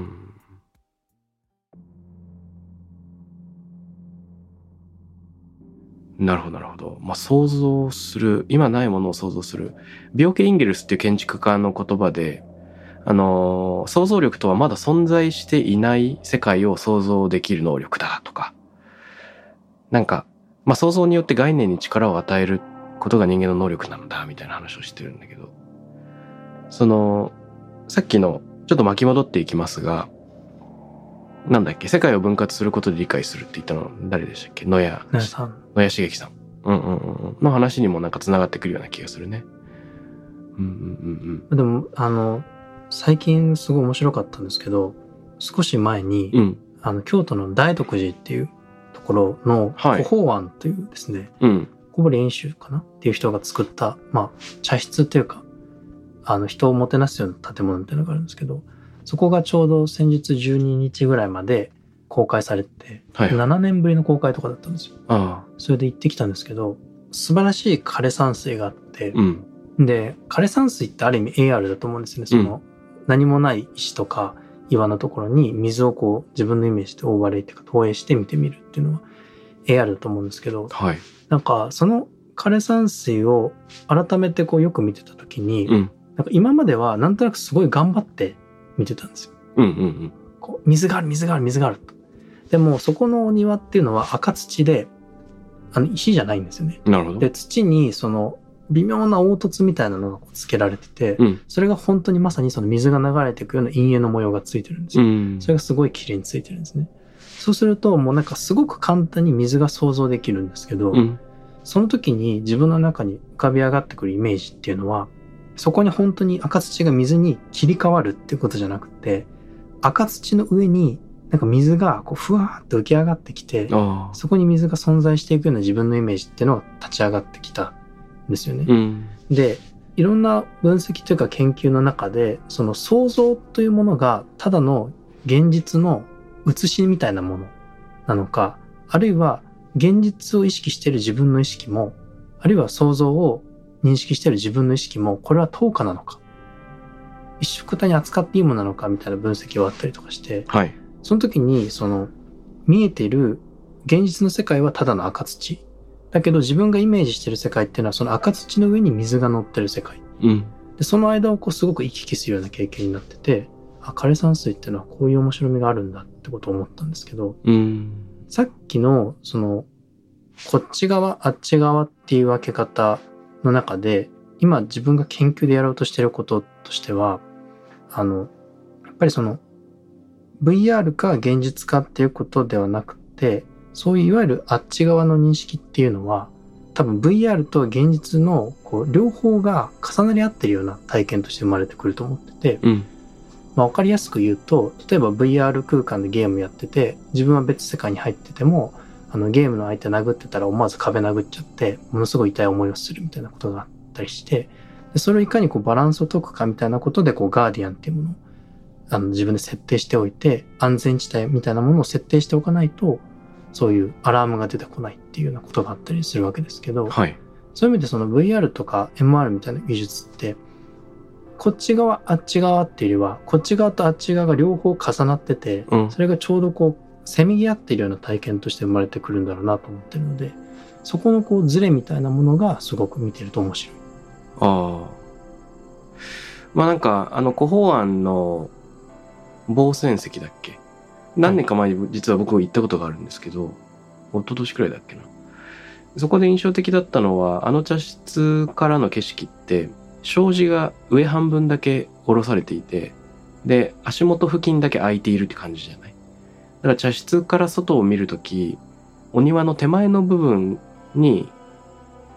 なるほどなるほど。まあ想像する、今ないものを想像する。ビオケ・インゲルスっていう建築家の言葉で、あのー、想像力とはまだ存在していない世界を想像できる能力だとか、なんか、まあ想像によって概念に力を与えることが人間の能力なんだみたいな話をしてるんだけど、そのさっきのちょっと巻き戻っていきますが、なんだっけ、世界を分割することで理解するって言ったの誰でしたっけ？野谷さん。 野谷茂樹さん。うんうんうんの話にもなんか繋がってくるような気がするね。うんうんうんうん。 でもあの最近すごい面白かったんですけど、少し前に、うん、あの京都の大徳寺っていうところの古法庵というですね、はい、うん、小堀遠州かなっていう人が作った、まあ茶室というか、あの人をもてなすような建物みたいなのがあるんですけど、そこがちょうど先日じゅうににちぐらいまで公開されて、はい、ななねんぶりの公開とかだったんですよ。ああ、それで行ってきたんですけど、素晴らしい枯山水があって、うん、で枯山水ってある意味 エーアール だと思うんですね。その、うん、何もない石とか岩のところに水をこう自分のイメージで覆われて投影して見てみるっていうのは エーアール だと思うんですけど、はい、なんかその枯山水を改めてこうよく見てた時に、うん、なんか今まではなんとなくすごい頑張って見てたんですよ。うんうんうん、こう水がある水がある水があると。でもそこのお庭っていうのは赤土で、あの石じゃないんですよね。 なるほど。 で土にその微妙な凹凸みたいなのがつけられてて、うん、それが本当にまさにその水が流れていくような陰影の模様がついてるんですよ。うん、それがすごい綺麗についてるんですね。そうするともうなんかすごく簡単に水が想像できるんですけど、うん、その時に自分の中に浮かび上がってくるイメージっていうのは、そこに本当に赤土が水に切り替わるっていうことじゃなくて、赤土の上になんか水がこうふわーっと浮き上がってきて、そこに水が存在していくような自分のイメージっていうのが立ち上がってきたんですよね。うん、で、いろんな分析というか研究の中で、その想像というものがただの現実の写しみたいなものなのか、あるいは現実を意識している自分の意識も、あるいは想像を認識している自分の意識も、これは等価なのか、一緒くたに扱っていいものなのかみたいな分析があったりとかして、はい、その時にその見えている現実の世界はただの赤土だけど、自分がイメージしている世界っていうのはその赤土の上に水が乗ってる世界、うん、でその間をこうすごく行き来するような経験になってて、あ、枯山水っていうのはこういう面白みがあるんだってことを思ったんですけど、うん、さっきのそのこっち側あっち側っていう分け方の中で、今自分が研究でやろうとしていることとしては、あのやっぱりその ブイアール か現実かっていうことではなくて、そういういわゆるあっち側の認識っていうのは、多分 ブイアール と現実のこう両方が重なり合ってるような体験として生まれてくると思ってて、うん、まあ分かりやすく言うと、例えば ブイアール 空間でゲームやってて、自分は別世界に入ってても、あのゲームの相手殴ってたら思わず壁殴っちゃってものすごい痛い思いをするみたいなことがあったりして、でそれをいかにこうバランスを解くかみたいなことで、こうガーディアンっていうものをあの自分で設定しておいて、安全地帯みたいなものを設定しておかないと、そういうアラームが出てこないっていうようなことがあったりするわけですけど、はい、そういう意味でその ブイアール とか エムアール みたいな技術って、こっち側あっち側っていうよりは、こっち側とあっち側が両方重なってて、うん、それがちょうどこうせめぎ合っているような体験として生まれてくるんだろうなと思ってるので、そこのこうズレみたいなものがすごく見てると面白い。 ああ。まあなんか、あの、古法庵の傍泉石だっけ？何年か前に実は僕行ったことがあるんですけど、一昨年くらいだっけな。そこで印象的だったのは、あの茶室からの景色って、障子が上半分だけ下ろされていて、で、足元付近だけ開いているって感じじゃない？だから茶室から外を見るとき、お庭の手前の部分に、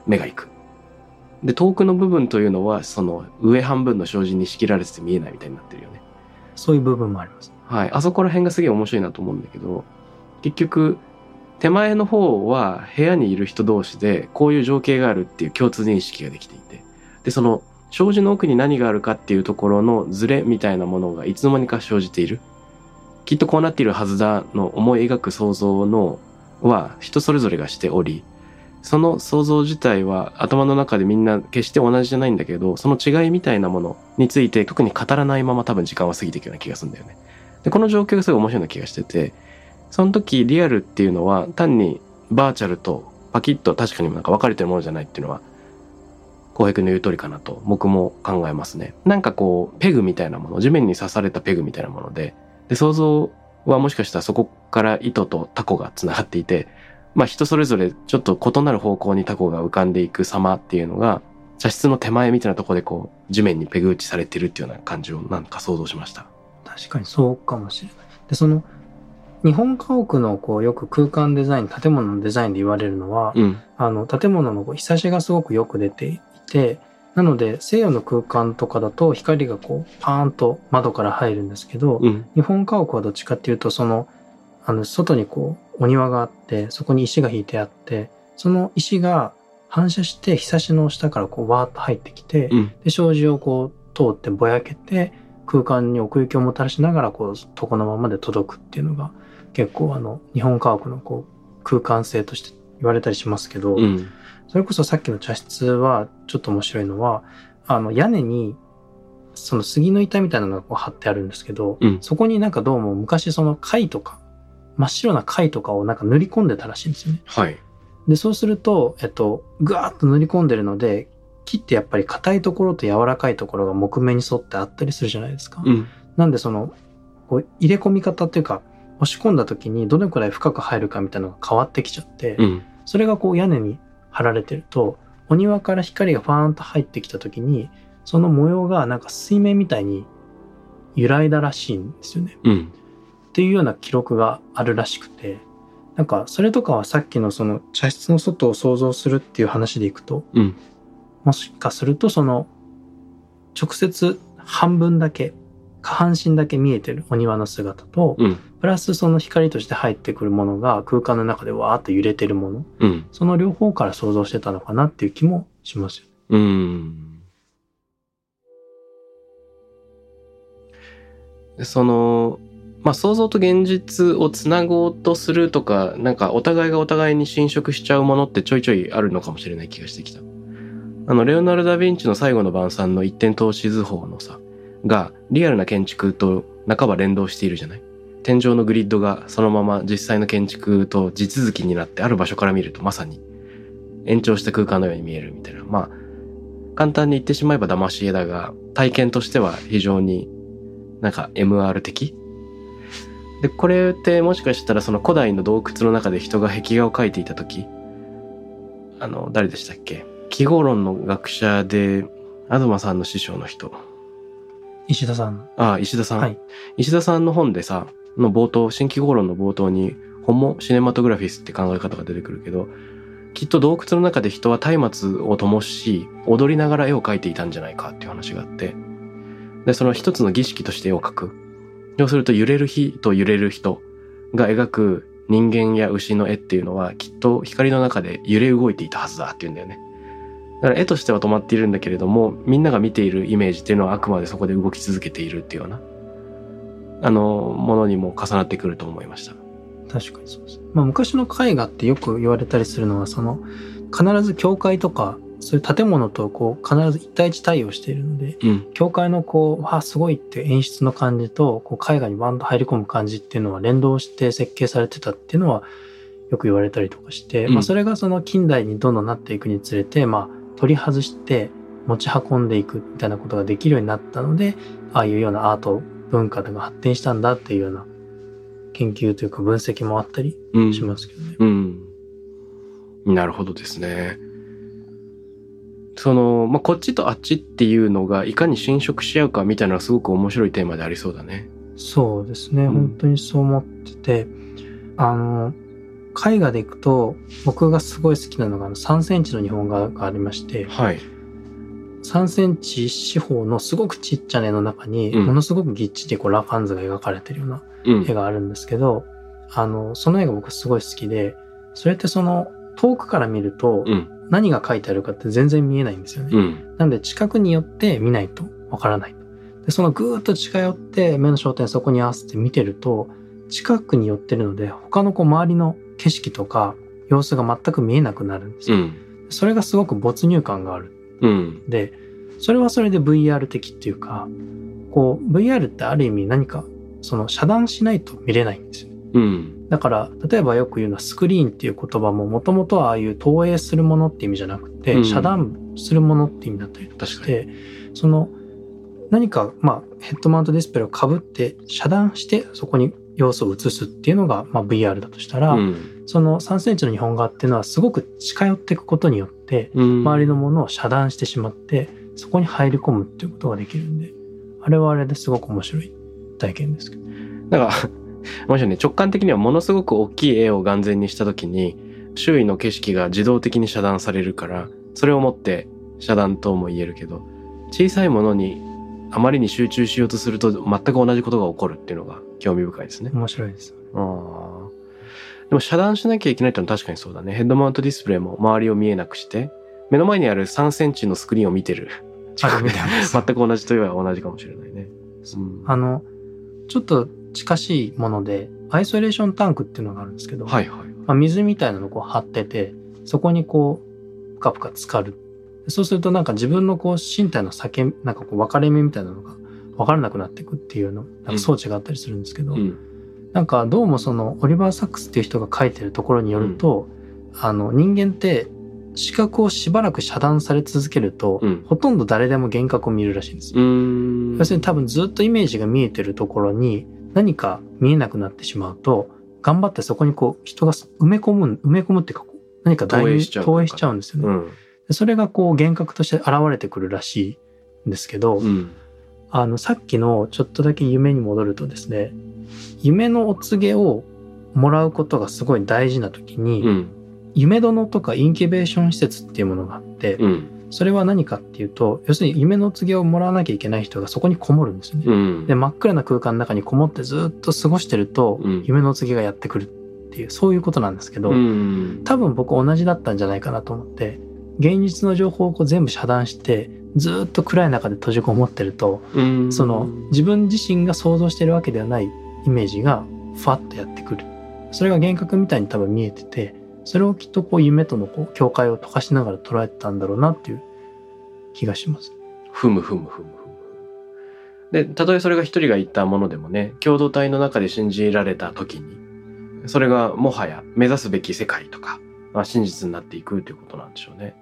目が行く。で、遠くの部分というのは、その上半分の障子に仕切られてて見えないみたいになってるよね。 そういう部分もあります。 はい。あそこら辺がすげえ面白いなと思うんだけど、結局、手前の方は部屋にいる人同士でこういう情景があるっていう共通認識ができていて、で、その障子の奥に何があるかっていうところのズレみたいなものがいつの間にか生じている。きっとこうなっているはずだの思い描く想像のは人それぞれがしており、その想像自体は頭の中でみんな決して同じじゃないんだけど、その違いみたいなものについて特に語らないまま多分時間は過ぎていくような気がするんだよね。で、この状況がすごい面白いような気がしてて、その時リアルっていうのは単にバーチャルとパキッと確かになんか分かれてるものじゃないっていうのは浩平君の言う通りかなと僕も考えますね。なんかこうペグみたいなもの、地面に刺されたペグみたいなもので、で想像はもしかしたらそこから糸とタコがつながっていて、まあ人それぞれちょっと異なる方向にタコが浮かんでいく様っていうのが茶室の手前みたいなところでこう地面にペグ打ちされてるっていうような感じをなんか想像しました。 確かにそうかもしれない。で、その日本家屋のこうよく空間デザイン、建物のデザインで言われるのは、うん、あの建物のこう日差しがすごくよく出ていて、なので西洋の空間とかだと光がこうパーンと窓から入るんですけど、うん、日本家屋はどっちかっていうとそのあの外にこうお庭があってそこに石が引いてあって、その石が反射して日差しの下からこうわーっと入ってきて、うん、で障子をこう通ってぼやけて空間に奥行きをもたらしながらこう床のままで届くっていうのが結構あの日本家屋のこう空間性として言われたりしますけど、うん、それこそさっきの茶室はちょっと面白いのはあの屋根にその杉の板みたいなのがこう貼ってあるんですけど、うん、そこになんかどうも昔その貝とか真っ白な貝とかをなんか塗り込んでたらしいんですよね。 はい。 でそうするとえっとぐわーっと塗り込んでるので木ってやっぱり硬いところと柔らかいところが木目に沿ってあったりするじゃないですか。うん、なんでそのこう入れ込み方っていうか押し込んだ時にどのくらい深く入るかみたいなのが変わってきちゃって、うん、それがこう屋根に貼られてるとお庭から光がファーンと入ってきた時にその模様がなんか水面みたいに揺らいだらしいんですよね、うん、っていうような記録があるらしくて、なんかそれとかはさっきのその茶室の外を想像するっていう話でいくと、うん、もしかするとその直接半分だけ下半身だけ見えてるお庭の姿と、うん、プラスその光として入ってくるものが空間の中でわーっと揺れてるもの、うん、その両方から想像してたのかなっていう気もしますよね。うーん。 そのまあ想像と現実をつなごうとするとか、なんかお互いがお互いに侵食しちゃうものってちょいちょいあるのかもしれない気がしてきた。あのレオナルド・ダ・ヴィンチの最後の晩餐の一点透視図法のさがリアルな建築と半ば連動しているじゃない。天井のグリッドがそのまま実際の建築と地続きになってある場所から見るとまさに延長した空間のように見えるみたいな。まあ簡単に言ってしまえば騙し絵だが、体験としては非常になんか エムアール 的で、これってもしかしたらその古代の洞窟の中で人が壁画を描いていた時、あの誰でしたっけ、記号論の学者で東さんの師匠の人、 石田さん。 ああ、石田さん、はい。石田さんの本でさ、の冒頭、新記号論の冒頭に、ホモ・シネマトグラフィスって考え方が出てくるけど、きっと洞窟の中で人は松明を灯し、踊りながら絵を描いていたんじゃないかっていう話があって、で、その一つの儀式として絵を描く。要すると揺れる火と揺れる人が描く人間や牛の絵っていうのは、きっと光の中で揺れ動いていたはずだっていうんだよね。だから絵としては止まっているんだけれども、みんなが見ているイメージっていうのはあくまでそこで動き続けているっていうようなあのものにも重なってくると思いました。 確かにそうです。まあ昔の絵画ってよく言われたりするのは、その必ず教会とかそういう建物とこう必ず一対一対応しているので、うん、教会のこうわあすごいっていう演出の感じとこう絵画にバンと入り込む感じっていうのは連動して設計されてたっていうのはよく言われたりとかして、うん、まあそれがその近代にどんどんなっていくにつれて、まあ取り外して持ち運んでいくみたいなことができるようになったので、ああいうようなアート文化が発展したんだっていうような研究というか分析もあったりしますけどね。 うんうん、なるほどですね。その、まあ、こっちとあっちっていうのがいかに侵食し合うかみたいなのはすごく面白いテーマでありそうだね。 そうですね、うん、本当にそう思ってて、あの絵画でいくと僕がすごい好きなのがあのさんセンチの日本画がありまして、 はい、 さんセンチ四方のすごくちっちゃな絵の中に、 うん、 ものすごくぎっちりこう羅漢図が描かれてるような絵があるんですけど、うん、あのその絵が僕すごい好きで、それってその遠くから見ると何が書いてあるかって全然見えないんですよね、うん、なので近くに寄って見ないとわからない。でそのぐーっと近寄って目の焦点そこに合わせて見てると近くに寄ってるので他のこう周りの景色とか様子が全く見えなくなるんですよ、うん、それがすごく没入感がある、うん、でそれはそれで ブイアール 的っていうか、こう ブイアール ってある意味何かその遮断しないと見れないんですよね、うん、だから例えばよく言うのはスクリーンっていう言葉ももともとはああいう投影するものって意味じゃなくて、うん、遮断するものって意味だったりとかして、その何かまあヘッドマウントディスプレイをかぶって遮断してそこに様子を映すっていうのが、まあ、ブイアール だとしたら、うん、そのさんセンチの日本画っていうのはすごく近寄っていくことによって、うん、周りのものを遮断してしまってそこに入り込むっていうことができるんで、あれはあれですごく面白い体験ですけど。 だからもしね、直感的にはものすごく大きい絵を眼前にした時に周囲の景色が自動的に遮断されるから、それをもって遮断とも言えるけど、小さいものにあまりに集中しようとすると全く同じことが起こるっていうのが興味深いですね。 面白いです。 あでも遮断しなきゃいけないってのは確かにそうだね。ヘッドマウントディスプレイも周りを見えなくして目の前にあるさんセンチのスクリーンを見てる近くで全く同じといえば同じかもしれないね、 うん、あのちょっと近しいものでアイソレーションタンクっていうのがあるんですけど、はいはい、まあ、水みたいなのをこう張っててそこにこうぷかぷか浸かる。そうするとなんか自分のこう身体の裂けなんかこう分かれ目みたいなのが分からなくなっていくっていうのなんか装置があったりするんですけど、うん、なんかどうもそのオリバー・サックスっていう人が書いてるところによると、うん、あの人間って視覚をしばらく遮断され続けると、うん、ほとんど誰でも幻覚を見るらしいんですよ。要するに多分ずっとイメージが見えてるところに何か見えなくなってしまうと頑張ってそこにこう人が埋め込む埋め込むっていうかこう何か代入投影しちゃうんですよね、うん、それがこう幻覚として現れてくるらしいんですけど、うん、あのさっきのちょっとだけ夢に戻るとですね、夢のお告げをもらうことがすごい大事な時に、うん、夢殿とかインキュベーション施設っていうものがあって、うん、それは何かっていうと要するに夢のお告げをもらわなきゃいけない人がそこにこもるんですよね、うん、で真っ暗な空間の中にこもってずっと過ごしてると、うん、夢のお告げがやってくるっていうそういうことなんですけど、うん、多分僕同じだったんじゃないかなと思って、現実の情報をこう全部遮断してずっと暗い中で閉じこもってると、その自分自身が想像してるわけではないイメージがファッとやってくる。それが幻覚みたいに多分見えてて、それをきっとこう夢とのこう境界を溶かしながら捉えてたんだろうなっていう気がします。 ふむふむふむふむ。で、たとえそれが一人が言ったものでもね、共同体の中で信じられた時に、それがもはや目指すべき世界とか、まあ、真実になっていくということなんでしょうね。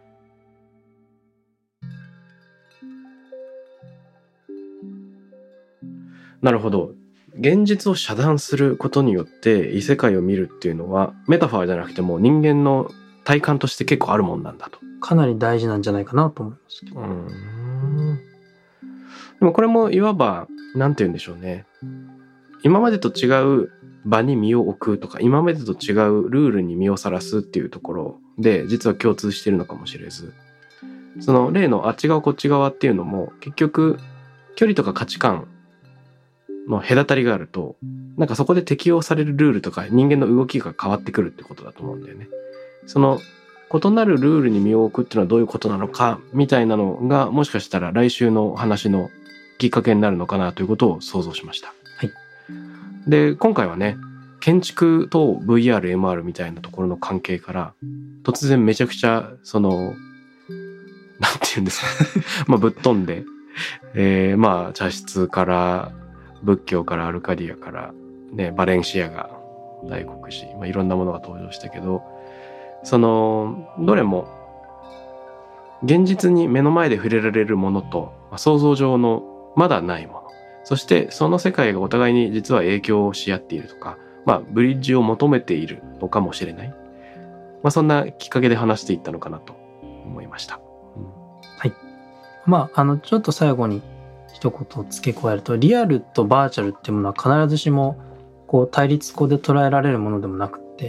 なるほど。現実を遮断することによって異世界を見るっていうのはメタファーじゃなくても人間の体感として結構あるもんなんだと。 かなり大事なんじゃないかなと思いますけど。うーん。でもこれもいわばなんて言うんでしょうね。今までと違う場に身を置くとか今までと違うルールに身をさらすっていうところで実は共通しているのかもしれず、その例のあっち側こっち側っていうのも結局距離とか価値観の隔たりがあるとなんかそこで適用されるルールとか人間の動きが変わってくるってことだと思うんだよね。その異なるルールに身を置くっていうのはどういうことなのかみたいなのがもしかしたら来週の話のきっかけになるのかなということを想像しました。 はい。 で今回はね建築と ブイアール、エムアール みたいなところの関係から突然めちゃくちゃそのなんて言うんですかまあぶっ飛んで、えー、まあ茶室から仏教からアルカディアからねバレンシアガ大国寺、まあ、いろんなものが登場したけど、そのどれも現実に目の前で触れられるものと、まあ、想像上のまだないもの、そしてその世界がお互いに実は影響をし合っているとか、まあブリッジを求めているのかもしれない、まあ、そんなきっかけで話していったのかなと思いました、うん、 はい。まああのちょっと最後に一言付け加えると、リアルとバーチャルっていうものは必ずしもこう対立語で捉えられるものでもなくて、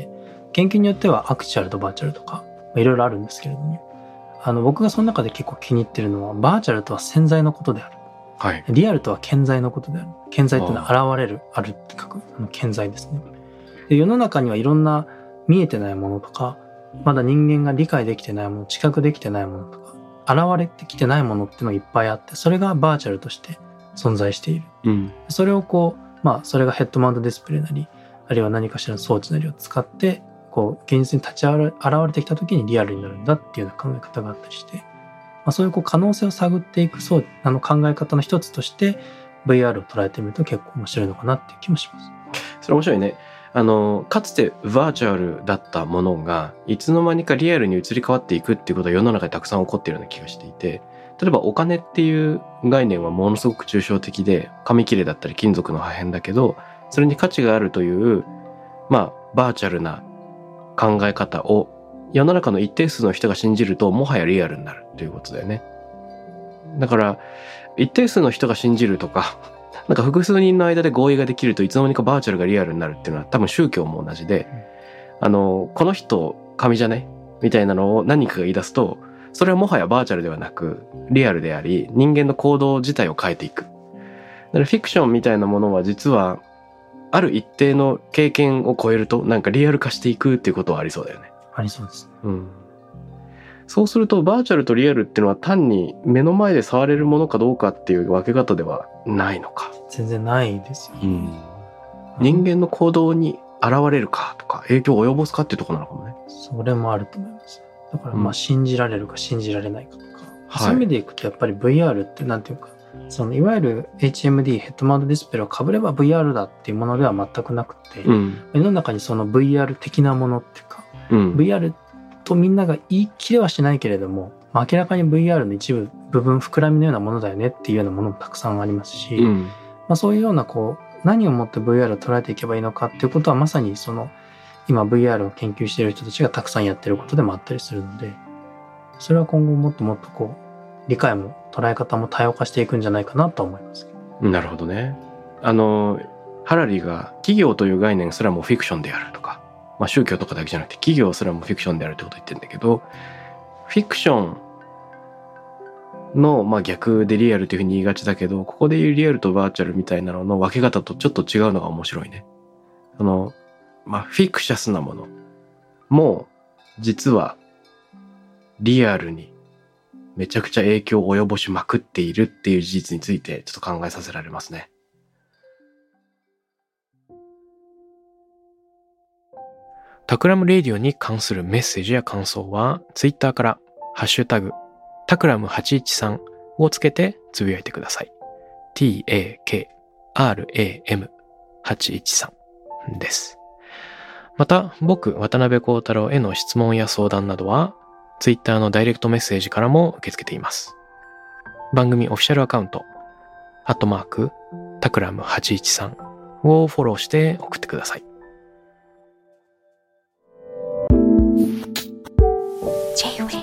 研究によってはアクチュアルとバーチャルとかいろいろあるんですけれども、あの僕がその中で結構気に入ってるのは、バーチャルとは潜在のことである、 はい、 リアルとは顕在のことである。顕在っていうのは現れる、あるって書くあの顕在ですね。で、世の中にはいろんな見えてないものとか、まだ人間が理解できてないもの、知覚できてないものとか、現れてきてないものっていうのがいっぱいあって、それがバーチャルとして存在している、 うん、 それをこう、まあそれがヘッドマウントディスプレイなり、あるいは何かしらの装置なりを使ってこう現実に立ち現れてきた時にリアルになるんだっていうような考え方があったりして、まあ、そういうこう可能性を探っていくそうあの考え方の一つとして ブイアール を捉えてみると結構面白いのかなっていう気もします。 それ面白いね。あのかつてバーチャルだったものがいつの間にかリアルに移り変わっていくっていうことは世の中でたくさん起こっているような気がしていて、例えばお金っていう概念はものすごく抽象的で紙切れだったり金属の破片だけど、それに価値があるというまあバーチャルな考え方を世の中の一定数の人が信じるともはやリアルになるということだよね。だから一定数の人が信じるとかなんか複数人の間で合意ができるといつの間にかバーチャルがリアルになるっていうのは多分宗教も同じで、あのこの人神じゃねみたいなのを何かが言い出すと、それはもはやバーチャルではなくリアルであり人間の行動自体を変えていく。だからフィクションみたいなものは実はある一定の経験を超えるとなんかリアル化していくっていうことはありそうだよね。 ありそうですね。 うん。そうするとバーチャルとリアルっていうのは単に目の前で触れるものかどうかっていう分け方ではないのか。 全然ないですよね。うん、 人間の行動に現れるかとか影響を及ぼすかっていうところなのかもね。 それもあると思います。だからまあ信じられるか信じられないかとか、うん、そういう意味でいくとやっぱり ブイアール ってなんていうか、そのいわゆる エイチエムディー ヘッドマウントディスプレイを被れば ブイアール だっていうものでは全くなくて、うん、世の中にその ブイアール 的なものっていうか、うん、ブイアール とみんなが言い切れはしないけれども、まあ、明らかに ブイアール の一部部分膨らみのようなものだよねっていうようなものもたくさんありますし、うん、まあ、そういうようなこう何をもって ブイアール を捉えていけばいいのかっていうことはまさにその今 ブイアール を研究している人たちがたくさんやってることでもあったりするので、それは今後もっともっとこう理解も捉え方も多様化していくんじゃないかなと思います。 なるほどね。あのハラリが企業という概念すらもフィクションであるとか、まあ、宗教とかだけじゃなくて企業すらもフィクションであるってことを言ってるんだけど、フィクションの、まあ、逆でリアルというふうに言いがちだけど、ここでいうリアルとバーチャルみたいなのの分け方とちょっと違うのが面白いね。あの、まあ、フィクシャスなものも実はリアルにめちゃくちゃ影響を及ぼしまくっているっていう事実についてちょっと考えさせられますね。タクラムレディオに関するメッセージや感想はツイッターからハッシュタグタクラムはちいちさんをつけてつぶやいてください。 ティー エー ケー アール エー エム はちいちさん です。また僕渡辺幸太郎への質問や相談などはツイッターのダイレクトメッセージからも受け付けています。番組オフィシャルアカウントアットマークタクラムはちいちさんをフォローして送ってください。J-Wave